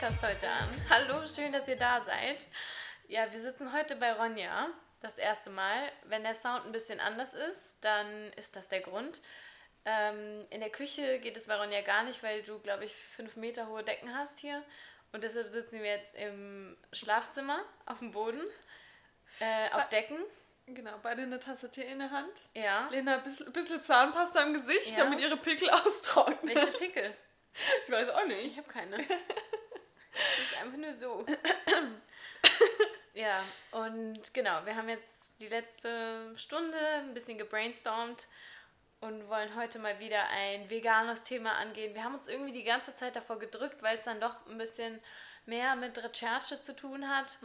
Podcast heute an. Hallo, schön, dass ihr da seid. Ja, wir sitzen heute bei Ronja, das erste Mal. Wenn der Sound ein bisschen anders ist, dann ist das der Grund. In der Küche geht es bei Ronja gar nicht, weil du, glaube ich, 5 Meter hohe Decken hast hier. Und deshalb sitzen wir jetzt im Schlafzimmer auf dem Boden, auf Decken. Genau, beide eine Tasse Tee in der Hand. Ja. Lena ein bisschen Zahnpasta im Gesicht, Ja. damit ihre Pickel austrocknen. Welche Pickel? Ich weiß auch nicht. Ich habe keine. Das ist einfach nur so. Ja, und genau, wir haben jetzt die letzte Stunde ein bisschen gebrainstormt und wollen heute mal wieder ein veganes Thema angehen. Wir haben uns irgendwie die ganze Zeit davor gedrückt, weil es dann doch ein bisschen mehr mit Recherche zu tun hat.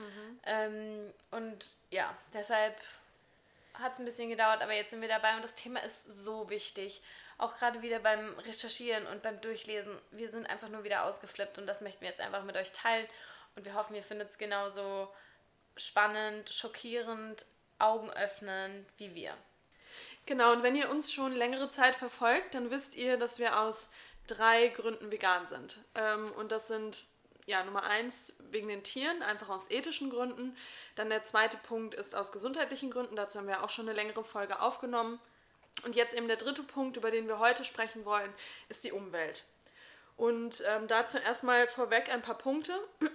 Und ja, deshalb hat es ein bisschen gedauert, aber jetzt sind wir dabei und das Thema ist so wichtig. Auch gerade wieder beim Recherchieren und beim Durchlesen. Wir sind einfach nur wieder ausgeflippt und das möchten wir jetzt einfach mit euch teilen. Und wir hoffen, ihr findet es genauso spannend, schockierend, augenöffnend wie wir. Genau, und wenn ihr uns schon längere Zeit verfolgt, dann wisst ihr, dass wir aus 3 Gründen vegan sind. Und das sind, ja, Nummer 1 wegen den Tieren, einfach aus ethischen Gründen. Dann der zweite Punkt ist aus gesundheitlichen Gründen. Dazu haben wir auch schon eine längere Folge aufgenommen. Und jetzt eben der dritte Punkt, über den wir heute sprechen wollen, ist die Umwelt. Und dazu erstmal vorweg ein paar Punkte.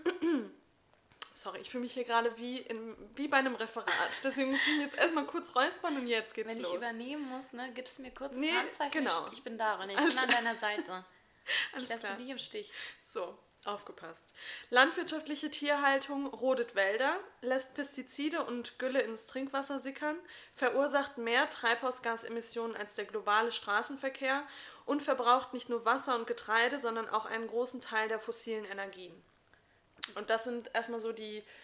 Sorry, ich fühle mich hier gerade wie bei einem Referat. Deswegen muss ich mich jetzt erstmal kurz räuspern und jetzt geht's los. Wenn ich übernehmen muss, ne, gibst du mir kurz das Nee, Handzeichen. genau. Ich bin da, René. Ich bin an deiner Seite. Alles Ich lasse klar. dich im Stich. So, aufgepasst. Landwirtschaftliche Tierhaltung rodet Wälder, lässt Pestizide und Gülle ins Trinkwasser sickern, verursacht mehr Treibhausgasemissionen als der globale Straßenverkehr und verbraucht nicht nur Wasser und Getreide, sondern auch einen großen Teil der fossilen Energien. Und das sind erstmal so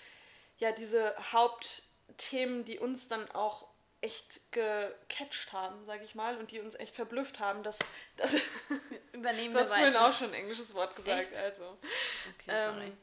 diese Hauptthemen, die uns dann auch echt gecatcht haben, sag ich mal, und die uns echt verblüfft haben, dass Übernehmen du wir hast vorhin weiter. auch schon ein englisches Wort gesagt. Echt? Also. Okay, sorry.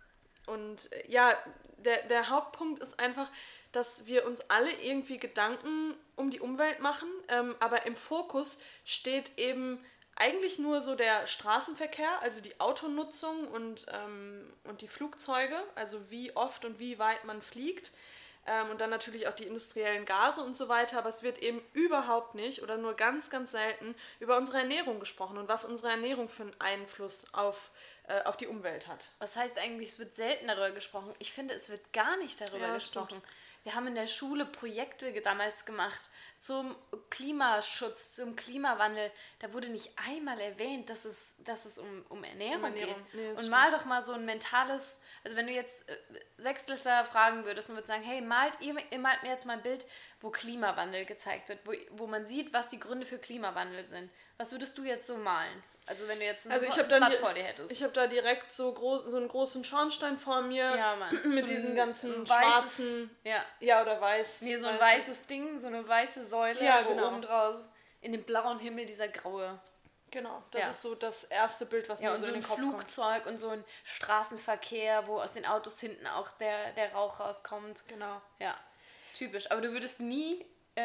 Und ja, der Hauptpunkt ist einfach, dass wir uns alle irgendwie Gedanken um die Umwelt machen, aber im Fokus steht eben eigentlich nur so der Straßenverkehr, also die Autonutzung und die Flugzeuge, also wie oft und wie weit man fliegt. Und dann natürlich auch die industriellen Gase und so weiter, aber es wird eben überhaupt nicht oder nur ganz, ganz selten über unsere Ernährung gesprochen und was unsere Ernährung für einen Einfluss auf die Umwelt hat. Was heißt eigentlich, es wird selten darüber gesprochen? Ich finde, es wird gar nicht darüber Ja, gesprochen. stimmt. Wir haben in der Schule Projekte damals gemacht zum Klimaschutz, zum Klimawandel. Da wurde nicht einmal erwähnt, dass es um Ernährung geht. Nee, das und stimmt. mal doch mal so ein mentales, also wenn du jetzt Sechstklässler fragen würdest und würdest sagen, hey, malt mir jetzt mal ein Bild, wo Klimawandel gezeigt wird, wo man sieht, was die Gründe für Klimawandel sind. Was würdest du jetzt so malen? Also wenn du jetzt ein Blatt vor dir hättest. Ich habe da direkt so einen großen Schornstein vor mir, Ja, Mann. mit So diesen ein ganzen weißes- schwarzen, Ja. oder weiß. Nee, so ein weißes Ding, so eine weiße Säule, Ja, wo genau. oben draus in dem blauen Himmel dieser graue. Genau, das Ja. ist so das erste Bild, was Ja, mir und so so in ein den Kopf kommt. Flugzeug und so ein Straßenverkehr, wo aus den Autos hinten auch der Rauch rauskommt. Genau. Ja, typisch. Aber du würdest nie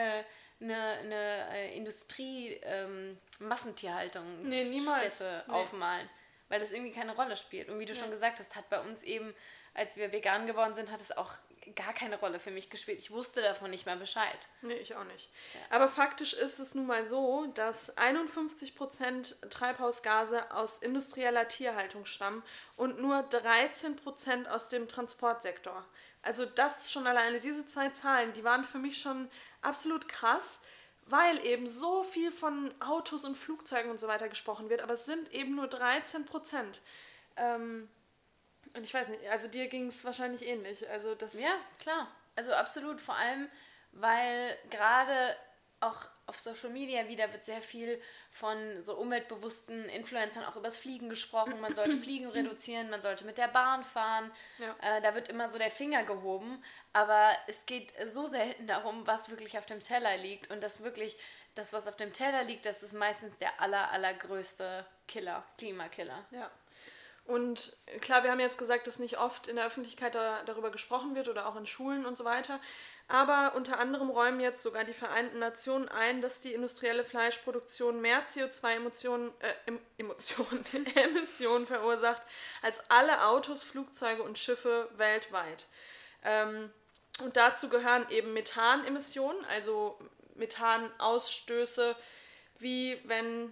eine Industrie Massentierhaltungsstätte Nee, niemals. Nee. aufmalen, weil das irgendwie keine Rolle spielt. Und wie du schon gesagt hast, hat bei uns eben, als wir vegan geworden sind, hat es auch gar keine Rolle für mich gespielt. Ich wusste davon nicht mal Bescheid. Nee, ich auch nicht. Aber faktisch ist es nun mal so, dass 51% Treibhausgase aus industrieller Tierhaltung stammen und nur 13% aus dem Transportsektor. Also das schon alleine, diese 2 Zahlen, die waren für mich schon absolut krass, weil eben so viel von Autos und Flugzeugen und so weiter gesprochen wird, aber es sind eben nur 13%. Und ich weiß nicht, also dir ging es wahrscheinlich ähnlich. Also das Ja, klar. Also absolut. Vor allem, weil gerade auch auf Social Media wieder wird sehr viel von so umweltbewussten Influencern auch übers Fliegen gesprochen. Man sollte Fliegen reduzieren, man sollte mit der Bahn fahren. Ja. Da wird immer so der Finger gehoben. Aber es geht so selten darum, was wirklich auf dem Teller liegt. Und das wirklich, das, was auf dem Teller liegt, das ist meistens der allergrößte Klimakiller. Ja. Und klar, wir haben jetzt gesagt, dass nicht oft in der Öffentlichkeit darüber gesprochen wird oder auch in Schulen und so weiter. Aber unter anderem räumen jetzt sogar die Vereinten Nationen ein, dass die industrielle Fleischproduktion mehr CO2-Emissionen Emissionen verursacht als alle Autos, Flugzeuge und Schiffe weltweit. Und dazu gehören eben Methanemissionen, also Methanausstöße, wie wenn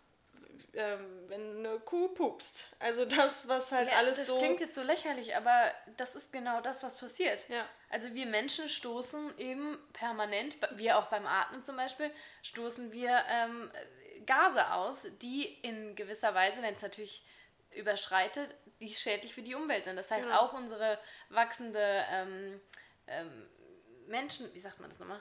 eine Kuh pupst. Also das, was halt alles das so... Das klingt jetzt so lächerlich, aber das ist genau das, was passiert. Ja. Also wir Menschen stoßen eben permanent, wir auch beim Atmen zum Beispiel, stoßen wir Gase aus, die in gewisser Weise, wenn es natürlich überschreitet, die schädlich für die Umwelt sind. Das heißt, auch unsere wachsende Menschen, wie sagt man das nochmal?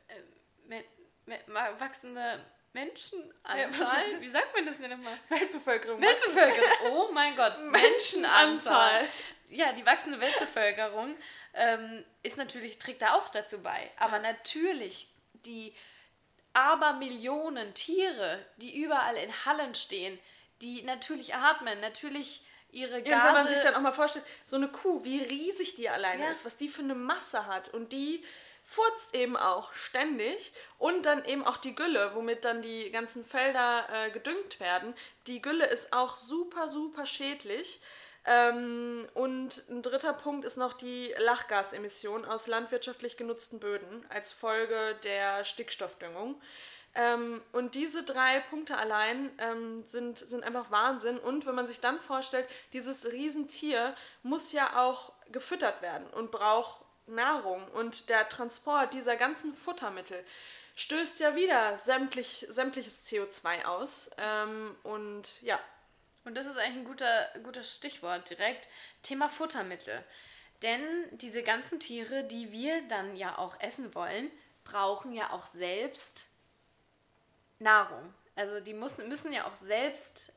Wachsende Menschenanzahl? Wie sagt man das denn nochmal? Weltbevölkerung. Oh mein Gott. Menschenanzahl. Ja, die wachsende Weltbevölkerung trägt da auch dazu bei. Aber natürlich die Abermillionen Tiere, die überall in Hallen stehen, die natürlich atmen, natürlich ihre Gase... Ja, wenn man sich dann auch mal vorstellt, so eine Kuh, wie riesig die alleine ist, was die für eine Masse hat und die furzt eben auch ständig und dann eben auch die Gülle, womit dann die ganzen Felder gedüngt werden. Die Gülle ist auch super, super schädlich. Und ein dritter Punkt ist noch die Lachgasemission aus landwirtschaftlich genutzten Böden als Folge der Stickstoffdüngung. Und diese 3 Punkte allein sind einfach Wahnsinn. Und wenn man sich dann vorstellt, dieses Riesentier muss ja auch gefüttert werden und braucht Nahrung. Und der Transport dieser ganzen Futtermittel stößt ja wieder sämtliches CO2 aus. Und das ist eigentlich ein gutes Stichwort direkt. Thema Futtermittel. Denn diese ganzen Tiere, die wir dann ja auch essen wollen, brauchen ja auch selbst Nahrung. Also die müssen ja auch selbst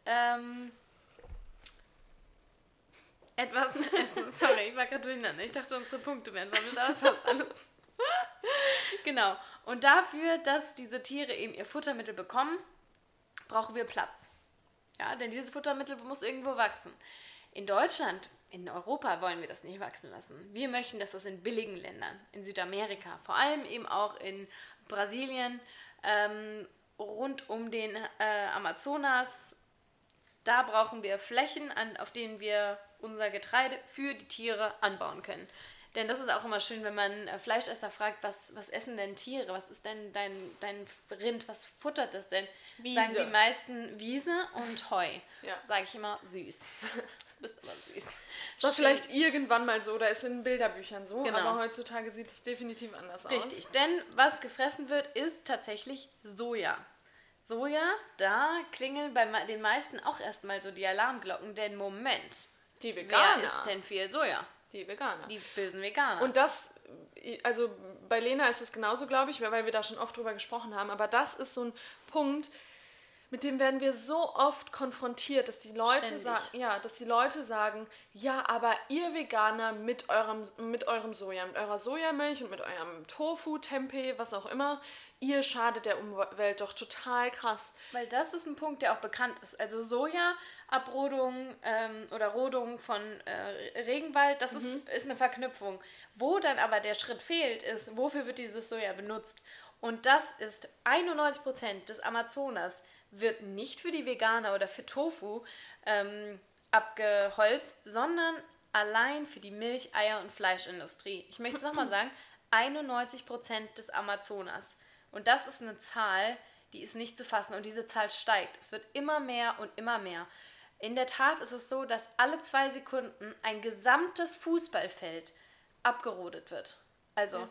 etwas essen. Sorry, ich war gerade durcheinander. Ich dachte, unsere Punkte wären damit aus. Alles. Genau. Und dafür, dass diese Tiere eben ihr Futtermittel bekommen, brauchen wir Platz. Ja, denn dieses Futtermittel muss irgendwo wachsen. In Deutschland, in Europa wollen wir das nicht wachsen lassen. Wir möchten, dass das in billigen Ländern, in Südamerika, vor allem eben auch in Brasilien, rund um den Amazonas, da brauchen wir Flächen, auf denen wir unser Getreide für die Tiere anbauen können. Denn das ist auch immer schön, wenn man Fleischesser fragt, was essen denn Tiere? Was ist denn dein Rind? Was futtert es denn? Wiese. Sagen die meisten Wiese und Heu. Ja. Sage ich immer, süß. Du bist aber süß. Das war vielleicht irgendwann mal so, oder ist in Bilderbüchern so, genau. Aber heutzutage sieht es definitiv anders aus. Richtig, denn was gefressen wird, ist tatsächlich Soja. Soja, da klingeln bei den meisten auch erstmal so die Alarmglocken, denn Moment, die Veganer. Wer isst denn viel Soja? Die Veganer. Die bösen Veganer. Und das, also bei Lena ist es genauso, glaube ich, weil wir da schon oft drüber gesprochen haben, aber das ist so ein Punkt, mit dem werden wir so oft konfrontiert, dass die Leute sagen, ja, aber ihr Veganer mit eurem Soja, mit eurer Sojamilch und mit eurem Tofu, Tempeh, was auch immer, ihr schadet der Umwelt doch total krass. Weil das ist ein Punkt, der auch bekannt ist. Also Sojaabrodung oder Rodung von Regenwald, das ist eine Verknüpfung. Wo dann aber der Schritt fehlt, ist, wofür wird dieses Soja benutzt? Und das ist 91% des Amazonas wird nicht für die Veganer oder für Tofu abgeholzt, sondern allein für die Milch-, Eier- und Fleischindustrie. Ich möchte es nochmal sagen, 91% des Amazonas. Und das ist eine Zahl, die ist nicht zu fassen und diese Zahl steigt. Es wird immer mehr und immer mehr. In der Tat ist es so, dass alle 2 Sekunden ein gesamtes Fußballfeld abgerodet wird. Also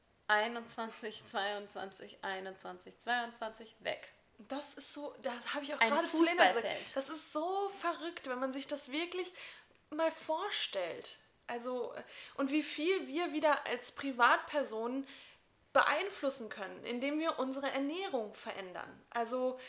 21, 22, 21, 22, weg. Das ist so, das habe ich auch gerade zu Lena gesagt. Das ist so verrückt, wenn man sich das wirklich mal vorstellt. Also, und wie viel wir wieder als Privatpersonen beeinflussen können, indem wir unsere Ernährung verändern. Also,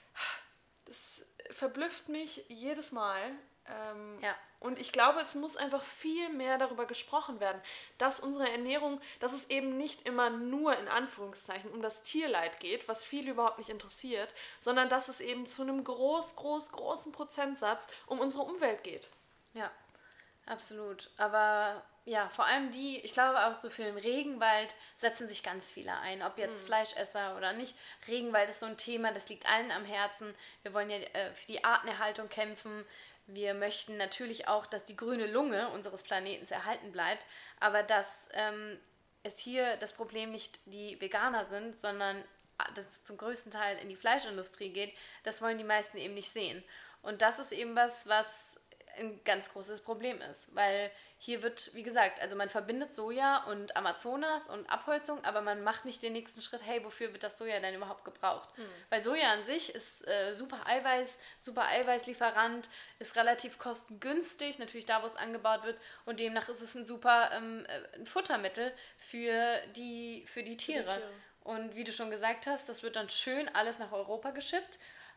das verblüfft mich jedes Mal. Und ich glaube, es muss einfach viel mehr darüber gesprochen werden, dass unsere Ernährung, dass es eben nicht immer nur in Anführungszeichen um das Tierleid geht, was viele überhaupt nicht interessiert, sondern dass es eben zu einem großen Prozentsatz um unsere Umwelt geht. Ja, absolut. Aber ja, vor allem ich glaube auch so für den Regenwald setzen sich ganz viele ein, ob jetzt Fleischesser oder nicht. Regenwald ist so ein Thema, das liegt allen am Herzen. Wir wollen ja für die Artenerhaltung kämpfen. Wir möchten natürlich auch, dass die grüne Lunge unseres Planeten erhalten bleibt, aber dass es hier das Problem nicht die Veganer sind, sondern dass es zum größten Teil in die Fleischindustrie geht, das wollen die meisten eben nicht sehen. Und das ist eben was ein ganz großes Problem ist, weil hier wird, wie gesagt, also man verbindet Soja und Amazonas und Abholzung, aber man macht nicht den nächsten Schritt, hey, wofür wird das Soja denn überhaupt gebraucht? Weil Soja an sich ist super Eiweißlieferant, ist relativ kostengünstig, natürlich da, wo es angebaut wird, und demnach ist es ein super ein Futtermittel für die Tiere. Und wie du schon gesagt hast, das wird dann schön alles nach Europa geschippt,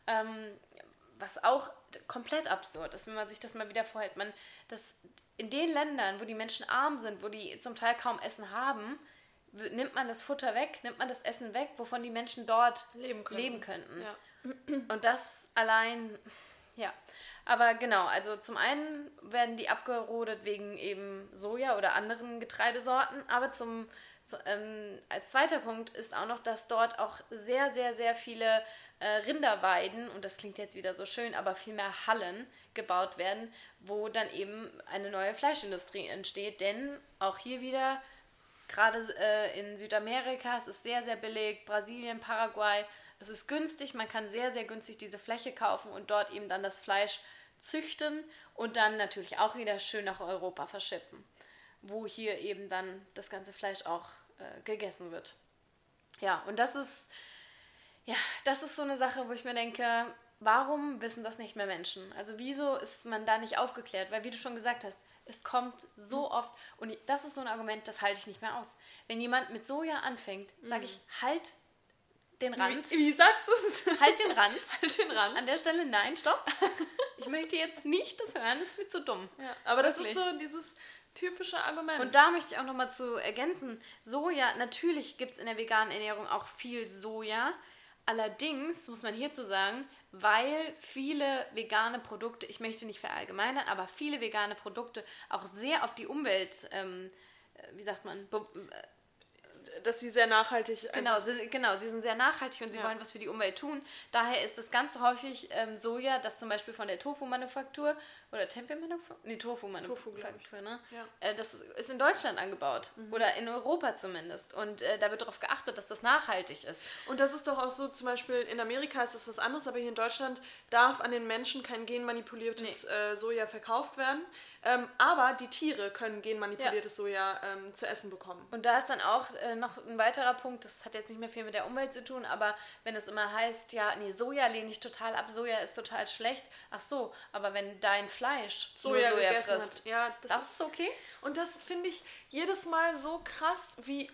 was auch komplett absurd ist, wenn man sich das mal wieder vorhält. In den Ländern, wo die Menschen arm sind, wo die zum Teil kaum Essen haben, nimmt man das Futter weg, nimmt man das Essen weg, wovon die Menschen dort leben könnten. Ja. Und das allein, ja. Aber genau, also zum einen werden die abgerodet wegen eben Soja oder anderen Getreidesorten, aber als zweiter Punkt ist auch noch, dass dort auch sehr, sehr, sehr viele Rinderweiden, und das klingt jetzt wieder so schön, aber viel mehr Hallen gebaut werden, wo dann eben eine neue Fleischindustrie entsteht, denn auch hier wieder, gerade in Südamerika, es ist sehr, sehr billig, Brasilien, Paraguay, es ist günstig, man kann sehr, sehr günstig diese Fläche kaufen und dort eben dann das Fleisch züchten und dann natürlich auch wieder schön nach Europa verschippen, wo hier eben dann das ganze Fleisch auch gegessen wird. Ja, und das ist so eine Sache, wo ich mir denke, warum wissen das nicht mehr Menschen? Also wieso ist man da nicht aufgeklärt? Weil wie du schon gesagt hast, es kommt so oft, und das ist so ein Argument, das halte ich nicht mehr aus. Wenn jemand mit Soja anfängt, sage ich, halt den Rand. Wie sagst du es? Halt den Rand. Halt den Rand. An der Stelle, nein, stopp. Ich möchte jetzt nicht das hören, das ist mir zu dumm. Ja, aber wirklich. Das ist so dieses typische Argument. Und da möchte ich auch nochmal zu ergänzen, Soja, natürlich gibt es in der veganen Ernährung auch viel Soja. Allerdings muss man hierzu sagen, weil viele vegane Produkte, ich möchte nicht verallgemeinern, aber viele vegane Produkte auch sehr auf die Umwelt, dass sie sehr nachhaltig... Genau, sie sind sehr nachhaltig und sie wollen was für die Umwelt tun. Daher ist es ganz häufig Soja, das zum Beispiel von der Tofu-Manufaktur oder Tempeh-Manufaktur? Nee, Tofu-Manufaktur, ne? Ja. Das ist in Deutschland angebaut oder in Europa zumindest. Und da wird darauf geachtet, dass das nachhaltig ist. Und das ist doch auch so, zum Beispiel in Amerika ist das was anderes, aber hier in Deutschland darf an den Menschen kein genmanipuliertes Soja verkauft werden. Aber die Tiere können genmanipuliertes Soja zu essen bekommen. Und da ist dann auch noch ein weiterer Punkt, das hat jetzt nicht mehr viel mit der Umwelt zu tun, aber wenn es immer heißt, ja, nee, Soja lehne ich total ab, Soja ist total schlecht. Ach so, aber wenn dein Fleisch Soja gegessen frisst, hat, ja, das ist okay. Und das finde ich jedes Mal so krass, wie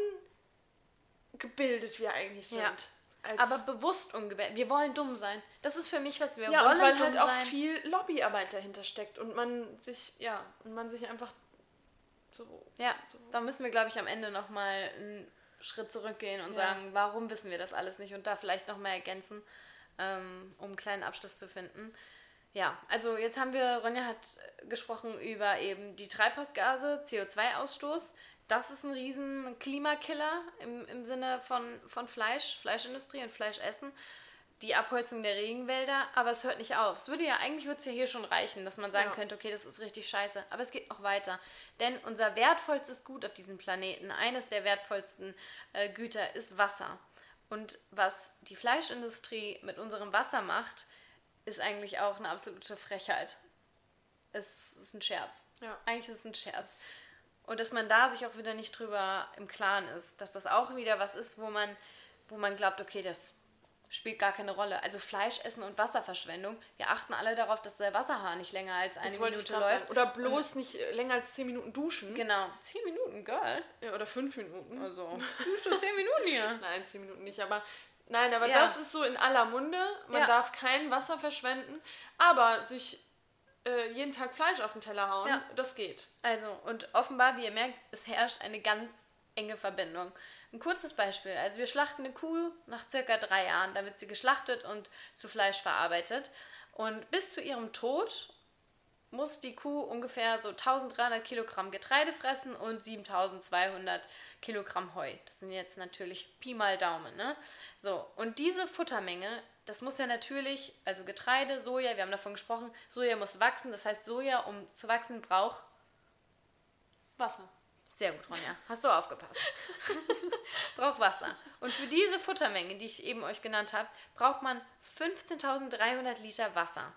ungebildet wir eigentlich sind. Ja. Aber bewusst ungebildet. Wir wollen dumm sein. Das ist für mich, was wir wollen. Ja, und weil halt auch sein. viel Lobbyarbeit dahinter steckt und man sich einfach so... Ja, so. Da müssen wir, glaube ich, am Ende nochmal einen Schritt zurückgehen und sagen, warum wissen wir das alles nicht, und da vielleicht nochmal ergänzen, um einen kleinen Abschluss zu finden. Ja, also jetzt Ronja hat gesprochen über eben die Treibhausgase, CO2-Ausstoß. Das ist ein riesen Klimakiller im Sinne von Fleischindustrie und Fleischessen. Die Abholzung der Regenwälder, aber es hört nicht auf. Eigentlich würde es ja hier schon reichen, dass man sagen könnte, okay, das ist richtig scheiße. Aber es geht noch weiter. Denn unser wertvollstes Gut auf diesem Planeten, eines der wertvollsten Güter, ist Wasser. Und was die Fleischindustrie mit unserem Wasser macht, ist eigentlich auch eine absolute Frechheit. Es ist ein Scherz. Ja. Eigentlich ist es ein Scherz. Und dass man da sich auch wieder nicht drüber im Klaren ist, dass das auch wieder was ist, wo man glaubt, okay, das spielt gar keine Rolle. Also Fleischessen und Wasserverschwendung. Wir achten alle darauf, dass der Wasserhahn nicht länger als eine Minute läuft. Oder bloß nicht länger als 10 Minuten duschen. Genau. 10 Minuten, Girl. Ja, oder 5 Minuten. Also, duschst du 10 Minuten hier? Nein, 10 Minuten nicht, aber... Nein, aber das ist so in aller Munde. Man darf kein Wasser verschwenden, aber sich jeden Tag Fleisch auf den Teller hauen, das geht. Also, und offenbar, wie ihr merkt, es herrscht eine ganz enge Verbindung. Ein kurzes Beispiel. Also wir schlachten eine Kuh nach circa 3 Jahren. Da wird sie geschlachtet und zu Fleisch verarbeitet. Und bis zu ihrem Tod muss die Kuh ungefähr so 1300 Kilogramm Getreide fressen und 7200 Kilogramm Heu. Das sind jetzt natürlich Pi mal Daumen, ne? So, und diese Futtermenge, das muss ja natürlich, also Getreide, Soja, wir haben davon gesprochen, Soja muss wachsen, das heißt Soja, um zu wachsen, braucht Wasser. Sehr gut, Ronja. Hast du aufgepasst. Braucht Wasser. Und für diese Futtermenge, die ich eben euch genannt habe, braucht man 15.300 Liter Wasser.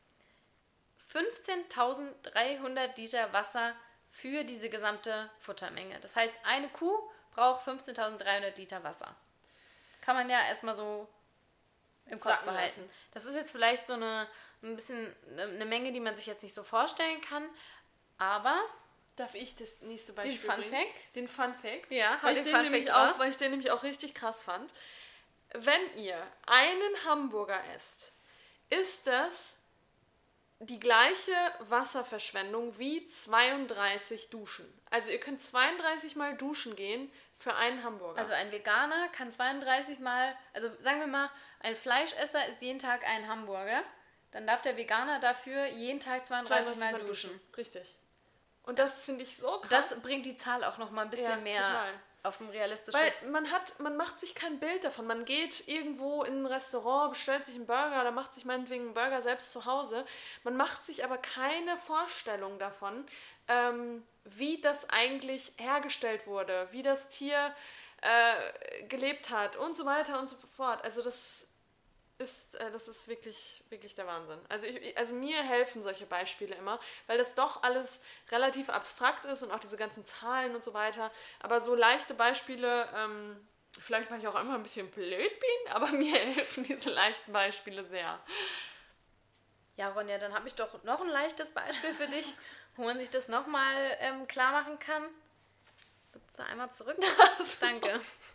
15.300 Liter Wasser für diese gesamte Futtermenge. Das heißt, eine Kuh braucht 15.300 Liter Wasser. Kann man ja erstmal so im Kopf behalten. Das ist jetzt vielleicht so ein bisschen eine Menge, die man sich jetzt nicht so vorstellen kann, aber... Darf ich das nächste Beispiel Den Fun Fact? Ja, weil ich den nämlich auch richtig krass fand. Wenn ihr einen Hamburger esst, ist das die gleiche Wasserverschwendung wie 32 Duschen. Also ihr könnt 32 Mal duschen gehen für einen Hamburger. Also ein Veganer kann 32 Mal, also sagen wir mal, ein Fleischesser isst jeden Tag einen Hamburger, dann darf der Veganer dafür jeden Tag 32 Mal duschen. Richtig. Und das finde ich so krass. Das bringt die Zahl auch noch mal ein bisschen mehr total auf ein realistisches... Weil man macht sich kein Bild davon. Man geht irgendwo in ein Restaurant, bestellt sich einen Burger oder macht sich meinetwegen einen Burger selbst zu Hause. Man macht sich aber keine Vorstellung davon, wie das eigentlich hergestellt wurde, wie das Tier gelebt hat und so weiter und so fort. Also das ist wirklich, wirklich der Wahnsinn. Also mir helfen solche Beispiele immer, weil das doch alles relativ abstrakt ist und auch diese ganzen Zahlen und so weiter. Aber so leichte Beispiele, vielleicht weil ich auch immer ein bisschen blöd bin, aber mir helfen diese leichten Beispiele sehr. Ja, Ronja, dann habe ich doch noch ein leichtes Beispiel für dich, wo man sich das nochmal klar machen kann. Bitte einmal zurück. Danke.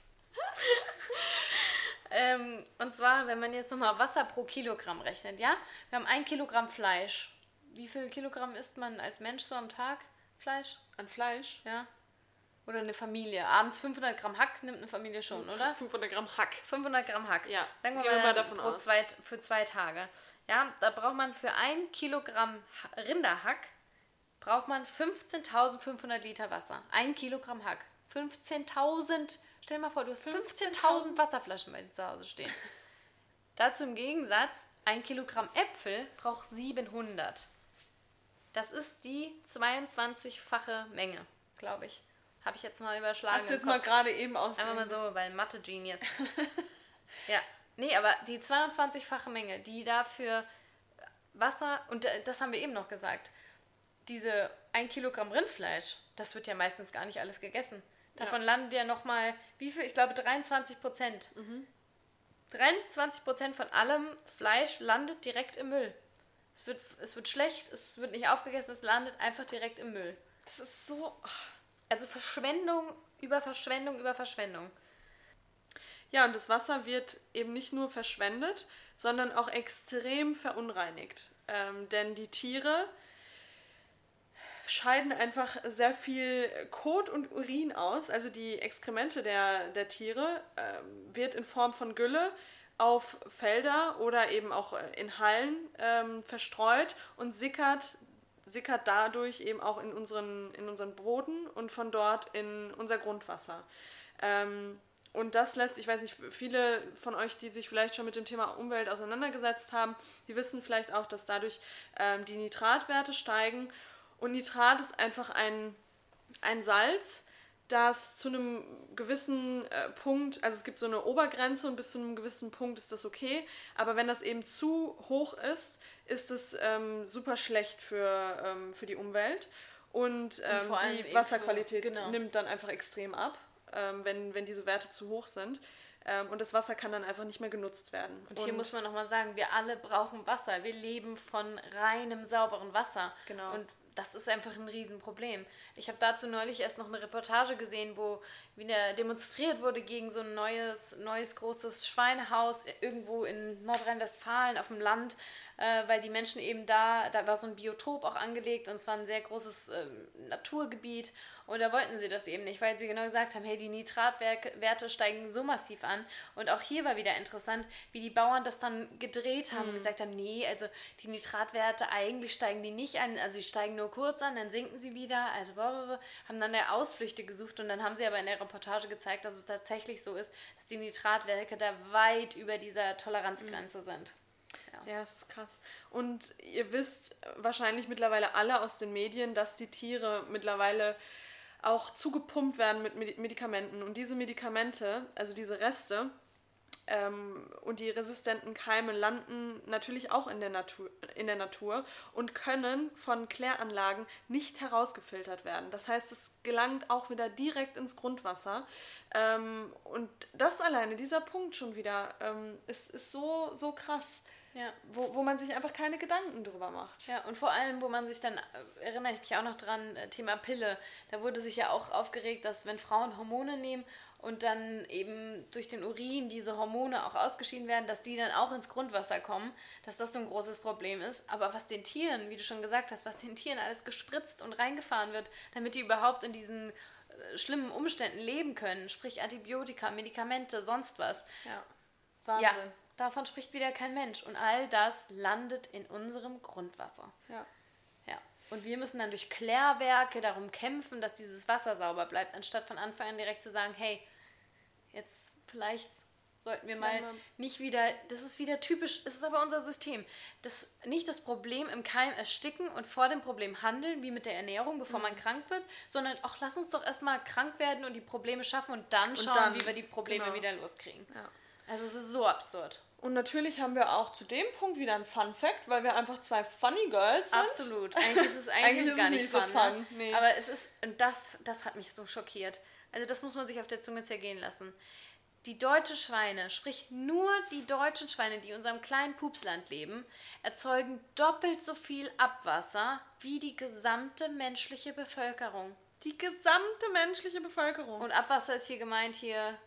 Und zwar, wenn man jetzt nochmal Wasser pro Kilogramm rechnet, ja? Wir haben 1 Kilogramm Fleisch. Wie viel Kilogramm isst man als Mensch so am Tag Fleisch? An Fleisch? Ja. Oder eine Familie. Abends 500 Gramm Hack nimmt eine Familie schon, oder? 500 Gramm Hack. 500 Gramm Hack. Ja, gehen wir mal davon aus. Für 2 Tage. Ja, da braucht man für 1 Kilogramm Rinderhack braucht man 15.500 Liter Wasser. 1 Kilogramm Hack. 15.000. Stell dir mal vor, du hast 15.000 Wasserflaschen bei dir zu Hause stehen. Dazu im Gegensatz, 1 Kilogramm Äpfel braucht 700. Das ist die 22-fache Menge, glaube ich. Habe ich jetzt mal überschlagen. Hast du jetzt mal gerade eben ausgerechnet? Einfach mal so, weil Mathe-Genius. Ja, nee, aber die 22-fache Menge, die dafür Wasser, und das haben wir eben noch gesagt, diese 1 Kilogramm Rindfleisch, das wird ja meistens gar nicht alles gegessen. Davon landet ja nochmal, wie viel? Ich glaube 23%. 23% von allem Fleisch landet direkt im Müll. Es wird schlecht, es wird nicht aufgegessen, es landet einfach direkt im Müll. Das ist so... Also Verschwendung über Verschwendung über Verschwendung. Ja, und das Wasser wird eben nicht nur verschwendet, sondern auch extrem verunreinigt. Denn die Tiere scheiden einfach sehr viel Kot und Urin aus. Also die Exkremente der Tiere wird in Form von Gülle auf Felder oder eben auch in Hallen verstreut und sickert dadurch eben auch in unseren Boden und von dort in unser Grundwasser. Und das lässt, ich weiß nicht, viele von euch, die sich vielleicht schon mit dem Thema Umwelt auseinandergesetzt haben, die wissen vielleicht auch, dass dadurch die Nitratwerte steigen. Und Nitrat ist einfach ein Salz, das zu einem gewissen Punkt, also es gibt so eine Obergrenze und bis zu einem gewissen Punkt ist das okay, aber wenn das eben zu hoch ist, ist es super schlecht für die Umwelt und die Wasserqualität nimmt dann einfach extrem ab, wenn diese Werte zu hoch sind. Und das Wasser kann dann einfach nicht mehr genutzt werden. Und hier muss man nochmal sagen, wir alle brauchen Wasser. Wir leben von reinem, sauberen Wasser. Genau. Und das ist einfach ein Riesenproblem. Ich habe dazu neulich erst noch eine Reportage gesehen, wo wieder demonstriert wurde gegen so ein neues großes Schweinehaus irgendwo in Nordrhein-Westfalen auf dem Land, weil die Menschen eben da war so ein Biotop auch angelegt und es war ein sehr großes Naturgebiet Und da wollten sie das eben nicht, weil sie genau gesagt haben, hey, die Nitratwerte steigen so massiv an. Und auch hier war wieder interessant, wie die Bauern das dann gedreht haben und gesagt haben, nee, also die Nitratwerte, eigentlich steigen die nicht an, also die steigen nur kurz an, dann sinken sie wieder, also haben dann Ausflüchte gesucht und dann haben sie aber in der Reportage gezeigt, dass es tatsächlich so ist, dass die Nitratwerte da weit über dieser Toleranzgrenze sind. Ja, das ist krass. Und ihr wisst wahrscheinlich mittlerweile alle aus den Medien, dass die Tiere mittlerweile auch zugepumpt werden mit Medikamenten. Und diese Medikamente, also diese Reste und die resistenten Keime landen natürlich auch in der Natur und können von Kläranlagen nicht herausgefiltert werden. Das heißt, es gelangt auch wieder direkt ins Grundwasser. Und das alleine, dieser Punkt schon wieder, ist so krass. Ja. Wo man sich einfach keine Gedanken drüber macht. Ja, und vor allem, wo man sich dann, erinnere ich mich auch noch dran, Thema Pille, da wurde sich ja auch aufgeregt, dass wenn Frauen Hormone nehmen und dann eben durch den Urin diese Hormone auch ausgeschieden werden, dass die dann auch ins Grundwasser kommen, dass das so ein großes Problem ist. Aber was den Tieren, wie du schon gesagt hast, was den Tieren alles gespritzt und reingefahren wird, damit die überhaupt in diesen schlimmen Umständen leben können, sprich Antibiotika, Medikamente, sonst was. Ja, Wahnsinn. Ja. Davon spricht wieder kein Mensch. Und all das landet in unserem Grundwasser. Ja. Und wir müssen dann durch Klärwerke darum kämpfen, dass dieses Wasser sauber bleibt, anstatt von Anfang an direkt zu sagen, hey, jetzt vielleicht sollten wir mal nicht wieder, das ist wieder typisch, das ist aber unser System, nicht das Problem im Keim ersticken und vor dem Problem handeln, wie mit der Ernährung, bevor man krank wird, sondern auch lass uns doch erstmal krank werden und die Probleme schaffen und dann schauen, wie wir die Probleme wieder loskriegen. Ja. Also es ist so absurd. Und natürlich haben wir auch zu dem Punkt wieder ein Fun-Fact, weil wir einfach zwei Funny Girls sind. Absolut. Eigentlich ist es gar nicht fun. Ne? Nee. Aber es ist, und das hat mich so schockiert. Also das muss man sich auf der Zunge zergehen lassen. Die deutschen Schweine, sprich nur die deutschen Schweine, die in unserem kleinen Pupsland leben, erzeugen doppelt so viel Abwasser wie die gesamte menschliche Bevölkerung. Die gesamte menschliche Bevölkerung. Und Abwasser ist hier gemeint, hier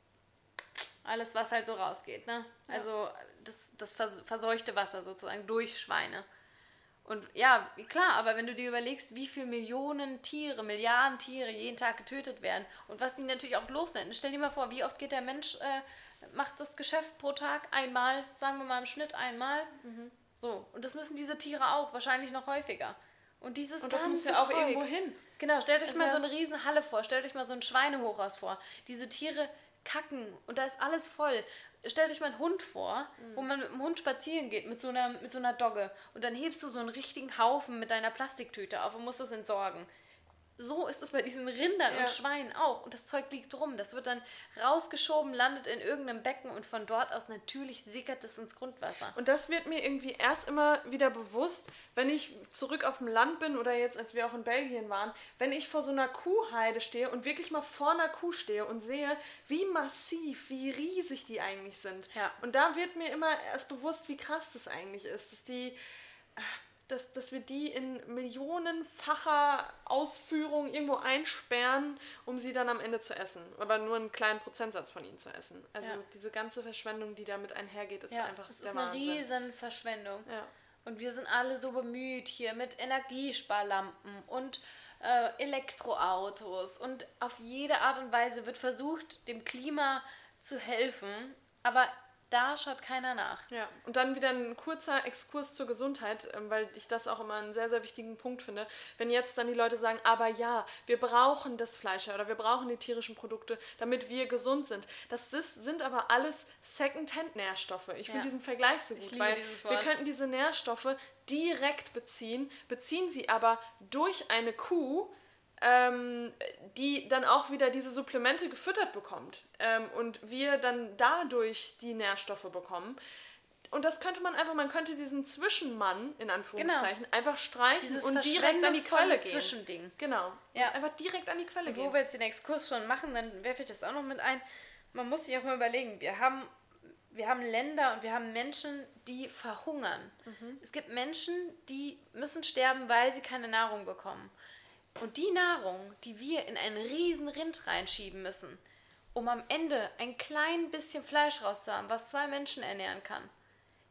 alles, was halt so rausgeht, ne? Ja. Also das verseuchte Wasser sozusagen durch Schweine. Und ja, klar, aber wenn du dir überlegst, wie viele Millionen Tiere, Milliarden Tiere jeden Tag getötet werden und was die natürlich auch loswerden. Stell dir mal vor, wie oft geht der Mensch, macht das Geschäft pro Tag? Einmal, sagen wir mal im Schnitt einmal. So, und das müssen diese Tiere auch, wahrscheinlich noch häufiger. Und dieses und das muss ja auch irgendwo hin. Genau, stellt euch mal so eine riesen Halle vor, stellt euch mal so ein Schweinehochhaus vor. Diese Tiere kacken und da ist alles voll. Stellt euch mal einen Hund vor, wo man mit dem Hund spazieren geht, mit so einer Dogge und dann hebst du so einen richtigen Haufen mit deiner Plastiktüte auf und musst das entsorgen. So ist es bei diesen Rindern und Schweinen auch. Und das Zeug liegt rum. Das wird dann rausgeschoben, landet in irgendeinem Becken und von dort aus natürlich sickert es ins Grundwasser. Und das wird mir irgendwie erst immer wieder bewusst, wenn ich zurück auf dem Land bin oder jetzt, als wir auch in Belgien waren, wenn ich vor so einer Kuhheide stehe und wirklich mal vor einer Kuh stehe und sehe, wie massiv, wie riesig die eigentlich sind. Ja. Und da wird mir immer erst bewusst, wie krass das eigentlich ist, dass wir die in millionenfacher Ausführung irgendwo einsperren, um sie dann am Ende zu essen. Aber nur einen kleinen Prozentsatz von ihnen zu essen. Also diese ganze Verschwendung, die damit einhergeht, ist einfach der Wahnsinn. Es ist eine riesen Verschwendung. Ja. Und wir sind alle so bemüht hier mit Energiesparlampen und Elektroautos. Und auf jede Art und Weise wird versucht, dem Klima zu helfen. Aber da schaut keiner nach. Ja, und dann wieder ein kurzer Exkurs zur Gesundheit, weil ich das auch immer einen sehr, sehr wichtigen Punkt finde. Wenn jetzt dann die Leute sagen, aber ja, wir brauchen das Fleisch oder wir brauchen die tierischen Produkte, damit wir gesund sind. Das sind aber alles Second-Hand-Nährstoffe. Ich finde diesen Vergleich so gut, weil wir könnten diese Nährstoffe direkt beziehen sie aber durch eine Kuh, die dann auch wieder diese Supplemente gefüttert bekommt und wir dann dadurch die Nährstoffe bekommen. Und das könnte man könnte diesen Zwischenmann, in Anführungszeichen, einfach streichen und direkt an die Quelle gehen. Zwischending. Genau. Ja. Einfach direkt an die Quelle gehen. Wo wir jetzt den Exkurs schon machen, dann werfe ich das auch noch mit ein. Man muss sich auch mal überlegen, wir haben Länder und wir haben Menschen, die verhungern. Es gibt Menschen, die müssen sterben, weil sie keine Nahrung bekommen. Und die Nahrung, die wir in einen riesen Rind reinschieben müssen, um am Ende ein klein bisschen Fleisch rauszuhaben, was 2 Menschen ernähren kann,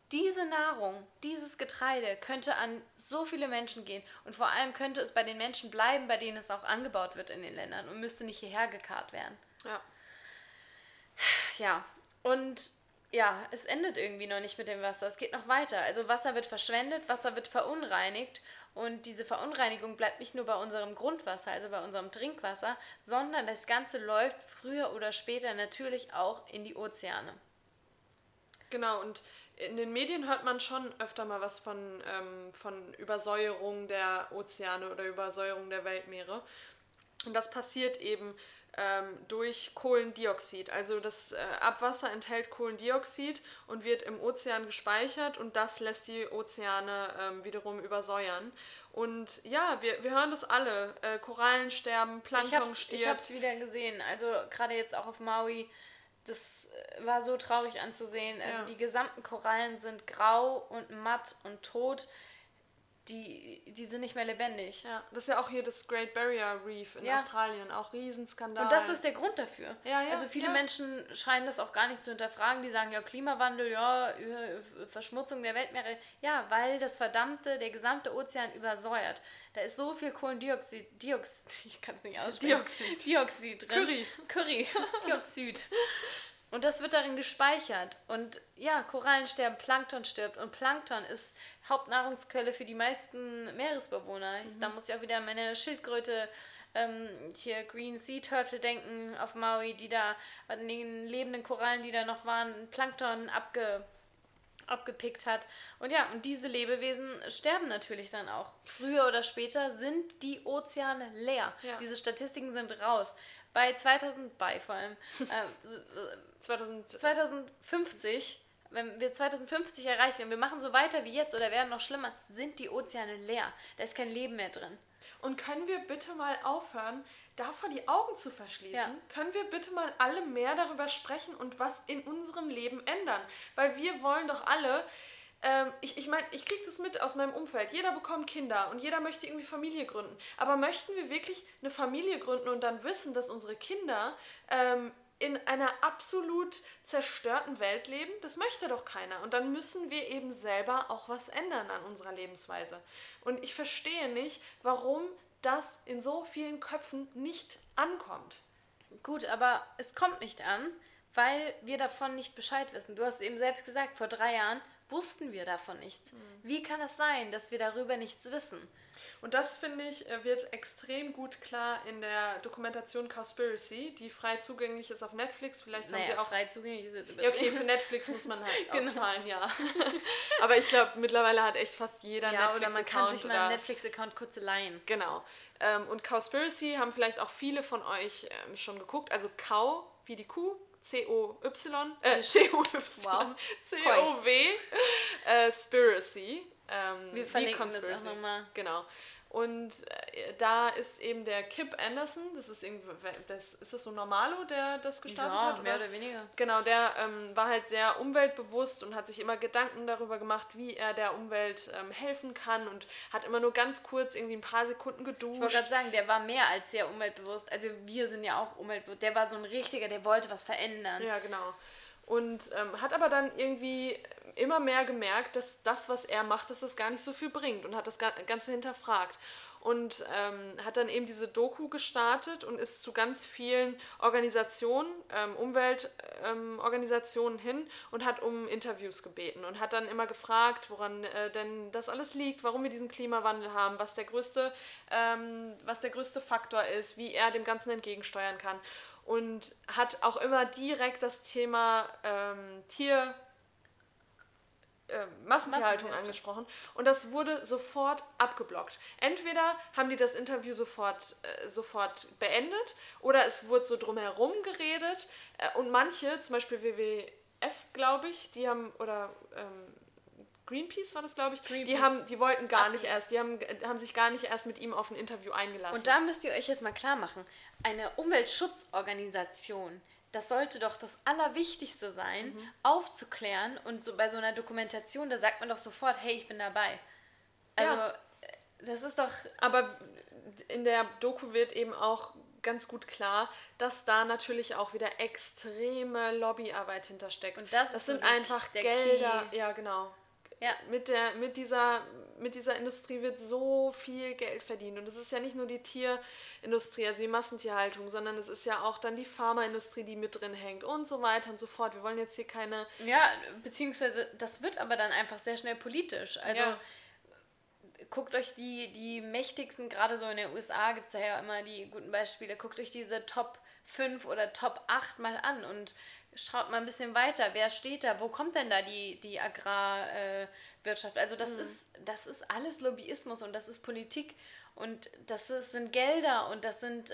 diese Nahrung, dieses Getreide könnte an so viele Menschen gehen und vor allem könnte es bei den Menschen bleiben, bei denen es auch angebaut wird in den Ländern und müsste nicht hierher gekarrt werden. Ja. Ja, und ja, es endet irgendwie noch nicht mit dem Wasser. Es geht noch weiter. Also Wasser wird verschwendet, Wasser wird verunreinigt und diese Verunreinigung bleibt nicht nur bei unserem Grundwasser, also bei unserem Trinkwasser, sondern das Ganze läuft früher oder später natürlich auch in die Ozeane. Genau, und in den Medien hört man schon öfter mal was von Übersäuerung der Ozeane oder Übersäuerung der Weltmeere. Und das passiert eben durch Kohlendioxid. Also das Abwasser enthält Kohlendioxid und wird im Ozean gespeichert und das lässt die Ozeane wiederum übersäuern. Und ja, wir hören das alle. Korallen sterben, Plankton stirbt. Ich habe es wieder gesehen. Also gerade jetzt auch auf Maui. Das war so traurig anzusehen. Also die gesamten Korallen sind grau und matt und tot. Die sind nicht mehr lebendig. Ja, das ist ja auch hier das Great Barrier Reef in Australien, auch Riesenskandal. Und das ist der Grund dafür. Ja, also viele Menschen scheinen das auch gar nicht zu hinterfragen. Die sagen, ja, Klimawandel, ja, Verschmutzung der Weltmeere. Ja, weil der gesamte Ozean übersäuert. Da ist so viel Kohlendioxid, ich kann es nicht aussprechen. Dioxid drin. Curry. Dioxid. Und das wird darin gespeichert. Und ja, Korallen sterben, Plankton stirbt. Und Plankton ist Hauptnahrungsquelle für die meisten Meeresbewohner. Da muss ich auch wieder an meine Schildkröte, hier Green Sea Turtle denken auf Maui, die da an den lebenden Korallen, die da noch waren, Plankton abgepickt hat. Und ja, und diese Lebewesen sterben natürlich dann auch. Früher oder später sind die Ozeane leer. Ja. Diese Statistiken sind raus. Vor allem 2050, wenn wir 2050 erreichen und wir machen so weiter wie jetzt oder werden noch schlimmer, sind die Ozeane leer. Da ist kein Leben mehr drin. Und können wir bitte mal aufhören, davor die Augen zu verschließen? Ja. Können wir bitte mal alle mehr darüber sprechen und was in unserem Leben ändern? Weil wir wollen doch alle... Ich meine, ich kriege das mit aus meinem Umfeld. Jeder bekommt Kinder und jeder möchte irgendwie Familie gründen. Aber möchten wir wirklich eine Familie gründen und dann wissen, dass unsere Kinder in einer absolut zerstörten Welt leben? Das möchte doch keiner. Und dann müssen wir eben selber auch was ändern an unserer Lebensweise. Und ich verstehe nicht, warum das in so vielen Köpfen nicht ankommt. Gut, aber es kommt nicht an, weil wir davon nicht Bescheid wissen. Du hast eben selbst gesagt, vor 3 Jahren wussten wir davon nichts. Wie kann es sein, dass wir darüber nichts wissen? Und das, finde ich, wird extrem gut klar in der Dokumentation Cowspiracy, die frei zugänglich ist auf Netflix. Vielleicht haben sie auch... frei zugänglich ist jetzt ja, okay, für Netflix muss man halt auch zahlen, ja. Aber ich glaube, mittlerweile hat echt fast jeder Netflix-Account. Ja, oder man kann sich mal einen Netflix-Account kurz leihen. Genau. Und Cowspiracy haben vielleicht auch viele von euch schon geguckt. Also Cow, wie die Kuh, C-O-Y, wow. C-O-W, Spiracy. Wir verlinken das auch nochmal. Genau. Und da ist eben der Kip Anderson, ist das so Normalo, der das gestartet hat? Ja, mehr oder weniger. Genau, der war halt sehr umweltbewusst und hat sich immer Gedanken darüber gemacht, wie er der Umwelt helfen kann und hat immer nur ganz kurz irgendwie ein paar Sekunden geduscht. Ich wollte gerade sagen, der war mehr als sehr umweltbewusst. Also wir sind ja auch umweltbewusst. Der war so ein richtiger, der wollte was verändern. Ja, genau. Und hat aber dann irgendwie immer mehr gemerkt, dass das, was er macht, dass das gar nicht so viel bringt und hat das Ganze hinterfragt. Und hat dann eben diese Doku gestartet und ist zu ganz vielen Organisationen, Umweltorganisationen hin und hat um Interviews gebeten und hat dann immer gefragt, woran denn das alles liegt, warum wir diesen Klimawandel haben, was der größte Faktor ist, wie er dem Ganzen entgegensteuern kann. Und hat auch immer direkt das Thema Massentierhaltung angesprochen. Und das wurde sofort abgeblockt. Entweder haben die das Interview sofort beendet oder es wurde so drumherum geredet. Und manche, zum Beispiel WWF, glaube ich, die haben, oder Greenpeace war das, glaube ich, die wollten gar nicht erst, die haben sich gar nicht erst mit ihm auf ein Interview eingelassen. Und da müsst ihr euch jetzt mal klar machen, eine Umweltschutzorganisation, das sollte doch das Allerwichtigste sein, aufzuklären, und so bei so einer Dokumentation, da sagt man doch sofort, hey, ich bin dabei. Also, das ist doch... Aber in der Doku wird eben auch ganz gut klar, dass da natürlich auch wieder extreme Lobbyarbeit hintersteckt. Und das sind so einfach der Gelder. Key. Ja, genau. Ja. Mit dieser Industrie wird so viel Geld verdient. Und es ist ja nicht nur die Tierindustrie, also die Massentierhaltung, sondern es ist ja auch dann die Pharmaindustrie, die mit drin hängt und so weiter und so fort. Wir wollen jetzt hier keine... Ja, beziehungsweise das wird aber dann einfach sehr schnell politisch. Also guckt euch die mächtigsten, gerade so in den USA gibt es ja immer die guten Beispiele, guckt euch diese Top 5 oder Top 8 mal an und schaut mal ein bisschen weiter, wer steht da, wo kommt denn da die Agrarwirtschaft? Also das ist alles Lobbyismus und das ist Politik und sind Gelder und das sind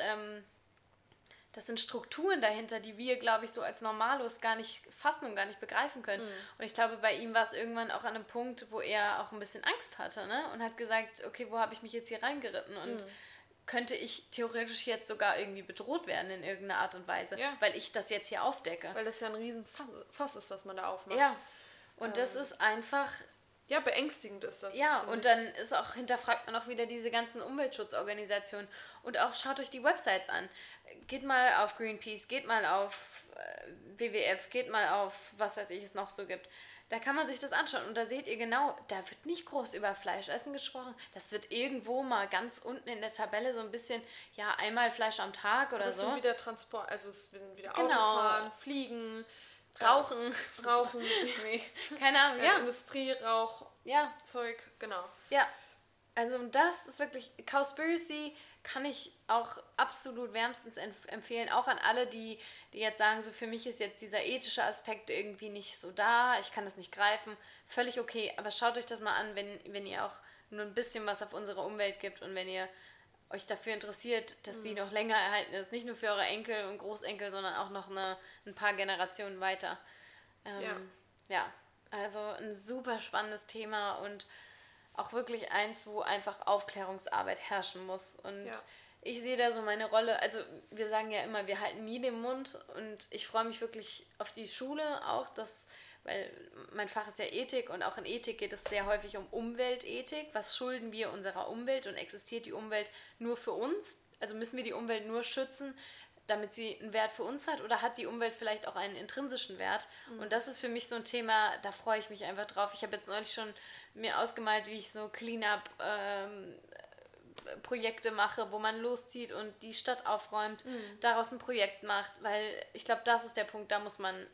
Strukturen dahinter, die wir, glaube ich, so als Normalos gar nicht fassen und gar nicht begreifen können. Und ich glaube, bei ihm war es irgendwann auch an einem Punkt, wo er auch ein bisschen Angst hatte, ne? Und hat gesagt, okay, wo habe ich mich jetzt hier reingeritten? Und könnte ich theoretisch jetzt sogar irgendwie bedroht werden in irgendeiner Art und Weise, weil ich das jetzt hier aufdecke. Weil das ja ein Riesenfass ist, was man da aufmacht. Ja, und das ist einfach... Ja, beängstigend ist das. Ja, und dann hinterfragt man auch wieder diese ganzen Umweltschutzorganisationen. Und auch schaut euch die Websites an. Geht mal auf Greenpeace, geht mal auf WWF, geht mal auf was weiß ich es noch so gibt. Da kann man sich das anschauen und da seht ihr genau, da wird nicht groß über Fleischessen gesprochen. Das wird irgendwo mal ganz unten in der Tabelle so ein bisschen, ja, einmal Fleisch am Tag oder so. Es sind wieder Transport, also es sind wieder Autofahren, Fliegen, Rauchen. Nee, keine Ahnung, ja. Industrierauch, Zeug, genau. Ja, also das ist wirklich, Cowspiracy kann ich auch absolut wärmstens empfehlen, auch an alle, die jetzt sagen, so für mich ist jetzt dieser ethische Aspekt irgendwie nicht so da, ich kann das nicht greifen, völlig okay, aber schaut euch das mal an, wenn ihr auch nur ein bisschen was auf unsere Umwelt gibt und wenn ihr euch dafür interessiert, dass die noch länger erhalten ist, nicht nur für eure Enkel und Großenkel, sondern auch noch ein paar Generationen weiter. Ja, also ein super spannendes Thema und auch wirklich eins, wo einfach Aufklärungsarbeit herrschen muss. Und ich sehe da so meine Rolle, also wir sagen ja immer, wir halten nie den Mund und ich freue mich wirklich auf die Schule auch, weil mein Fach ist ja Ethik und auch in Ethik geht es sehr häufig um Umweltethik. Was schulden wir unserer Umwelt und existiert die Umwelt nur für uns? Also müssen wir die Umwelt nur schützen, damit sie einen Wert für uns hat oder hat die Umwelt vielleicht auch einen intrinsischen Wert? Und das ist für mich so ein Thema, da freue ich mich einfach drauf. Ich habe jetzt neulich schon mir ausgemalt, wie ich so Cleanup Projekte mache, wo man loszieht und die Stadt aufräumt, daraus ein Projekt macht, weil ich glaube, das ist der Punkt, das muss man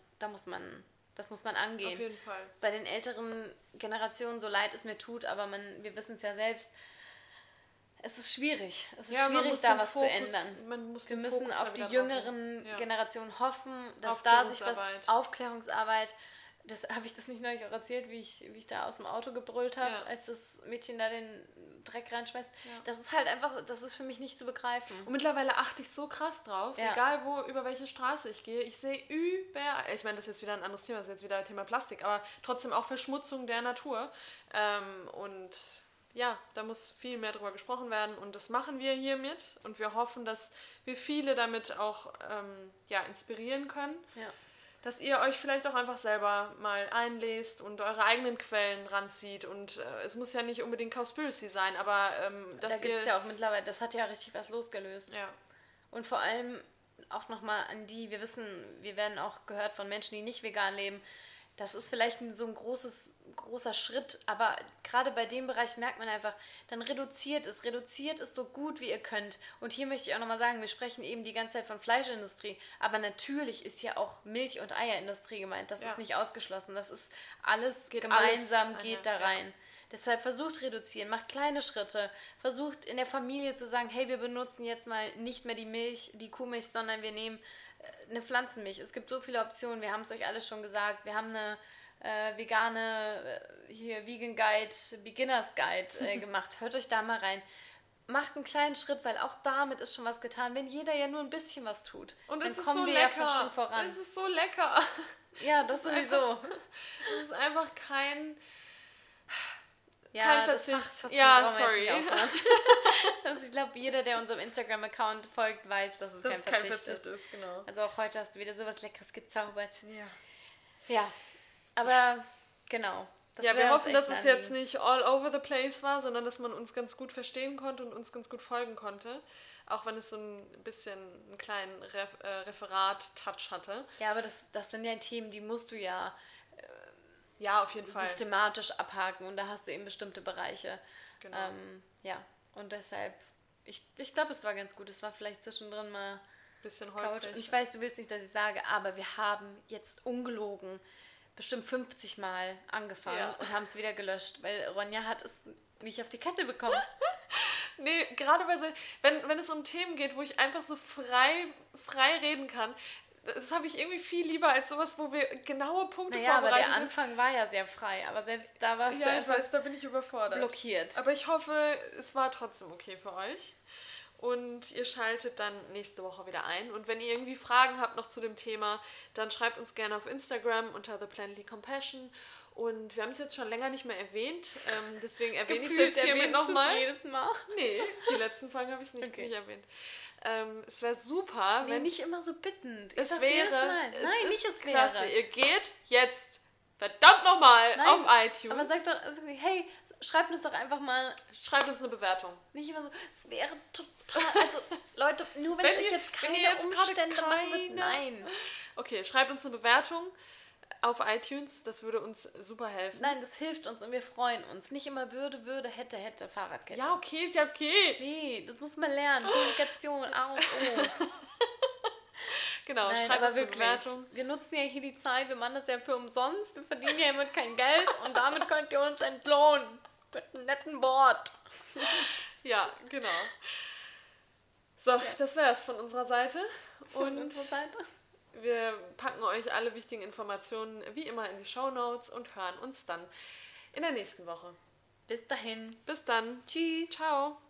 angehen. Auf jeden Fall. Bei den älteren Generationen, so leid es mir tut, aber wir wissen es ja selbst, es ist schwierig. Es ist schwierig, da was zu ändern. Wir müssen auf die jüngeren Generationen hoffen, dass da sich was... Aufklärungsarbeit. Habe ich das nicht neulich auch erzählt, wie ich da aus dem Auto gebrüllt habe, als das Mädchen da den Dreck reinschmeißt. Ja. Das ist halt einfach, das ist für mich nicht zu begreifen. Und mittlerweile achte ich so krass drauf, egal über welche Straße ich gehe. Ich sehe ich meine, das ist jetzt wieder ein anderes Thema, das ist jetzt wieder Thema Plastik, aber trotzdem auch Verschmutzung der Natur. Und ja, da muss viel mehr drüber gesprochen werden und das machen wir hiermit und wir hoffen, dass wir viele damit auch inspirieren können. Ja. Dass ihr euch vielleicht auch einfach selber mal einlest und eure eigenen Quellen ranzieht. Und es muss ja nicht unbedingt Cowspiracy sein, aber da gibt es ja auch mittlerweile, das hat ja richtig was losgelöst. Ja. Und vor allem auch nochmal an die, wir wissen, wir werden auch gehört von Menschen, die nicht vegan leben. Das ist vielleicht so ein großer Schritt, aber gerade bei dem Bereich merkt man einfach, dann reduziert es so gut wie ihr könnt. Und hier möchte ich auch nochmal sagen, wir sprechen eben die ganze Zeit von Fleischindustrie, aber natürlich ist hier auch Milch- und Eierindustrie gemeint. Das ist nicht ausgeschlossen, das ist alles gemeinsam, geht da rein. Ja. Deshalb versucht reduzieren, macht kleine Schritte, versucht in der Familie zu sagen, hey, wir benutzen jetzt mal nicht mehr die Kuhmilch, sondern wir nehmen eine Pflanzenmilch. Es gibt so viele Optionen, wir haben es euch alles schon gesagt. Wir haben eine vegane Vegan Guide, Beginners Guide gemacht. Hört euch da mal rein. Macht einen kleinen Schritt, weil auch damit ist schon was getan. Wenn jeder ja nur ein bisschen was tut, und dann kommen wir ja schon voran. Es ist so lecker. Ja, das sowieso. Es ist einfach kein Verzicht. Sorry. Also ich glaube, jeder, der unserem Instagram-Account folgt, weiß, dass es kein Verzicht ist. Genau. Also auch heute hast du wieder sowas Leckeres gezaubert. Ja, aber genau. Wir hoffen, dass es jetzt nicht all over the place war, sondern dass man uns ganz gut verstehen konnte und uns ganz gut folgen konnte. auch wenn es so ein bisschen einen kleinen Referat-Touch hatte. Ja, aber das sind ja Themen, die musst du ja Ja, auf jeden Fall. systematisch abhaken und da hast du eben bestimmte Bereiche. Genau. Ja, und deshalb, ich glaube, es war ganz gut. Es war vielleicht zwischendrin mal Bisschen Couch. holprig. Und ich weiß, du willst nicht, dass ich sage, aber wir haben jetzt ungelogen bestimmt 50 Mal angefangen und haben es wieder gelöscht, weil Ronja hat es nicht auf die Kette bekommen. Nee, gerade wenn es um Themen geht, wo ich einfach so frei reden kann, das habe ich irgendwie viel lieber als sowas, wo wir genaue Punkte Naja, aber der vorbereitet Anfang war ja sehr frei, aber selbst da warst du Ja, ich einfach weiß, da bin ich überfordert. blockiert. Aber ich hoffe, es war trotzdem okay für euch. Und ihr schaltet dann nächste Woche wieder ein. Und wenn ihr irgendwie Fragen habt noch zu dem Thema, dann schreibt uns gerne auf Instagram unter The Plannedly Compassion. Und wir haben es jetzt schon länger nicht mehr erwähnt, deswegen erwähne ich es jetzt hiermit nochmal. Jedes Mal. Nee, die letzten Folgen habe ich es nicht erwähnt. Es wäre super, Nee, wenn... nicht immer so bittend. Es wäre... Nein, nicht es wäre. Klasse, ihr geht jetzt verdammt nochmal auf iTunes. Aber sag doch, also, hey, schreibt uns doch einfach mal... Schreibt uns eine Bewertung. Nicht immer so, es wäre total... Also, Leute, nur wenn es euch jetzt keine Umstände machen wird, nein. Okay, schreibt uns eine Bewertung auf iTunes, das würde uns super helfen. Nein, das hilft uns und wir freuen uns. Nicht immer würde, hätte, Fahrradkette. Ja, okay, ist ja okay. Nee, das muss man lernen. Kommunikation, A und O. Genau, Nein, schreibt aber uns eine wirklich, Bewertung. wir nutzen ja hier die Zeit, wir machen das ja für umsonst, wir verdienen ja hiermit kein Geld und damit könnt ihr uns entlohnen. Mit einem netten Wort. Ja, genau. So, das wär's von unserer Seite. Von unserer Seite. Wir packen euch alle wichtigen Informationen wie immer in die Shownotes und hören uns dann in der nächsten Woche. Bis dahin. Bis dann. Tschüss. Ciao.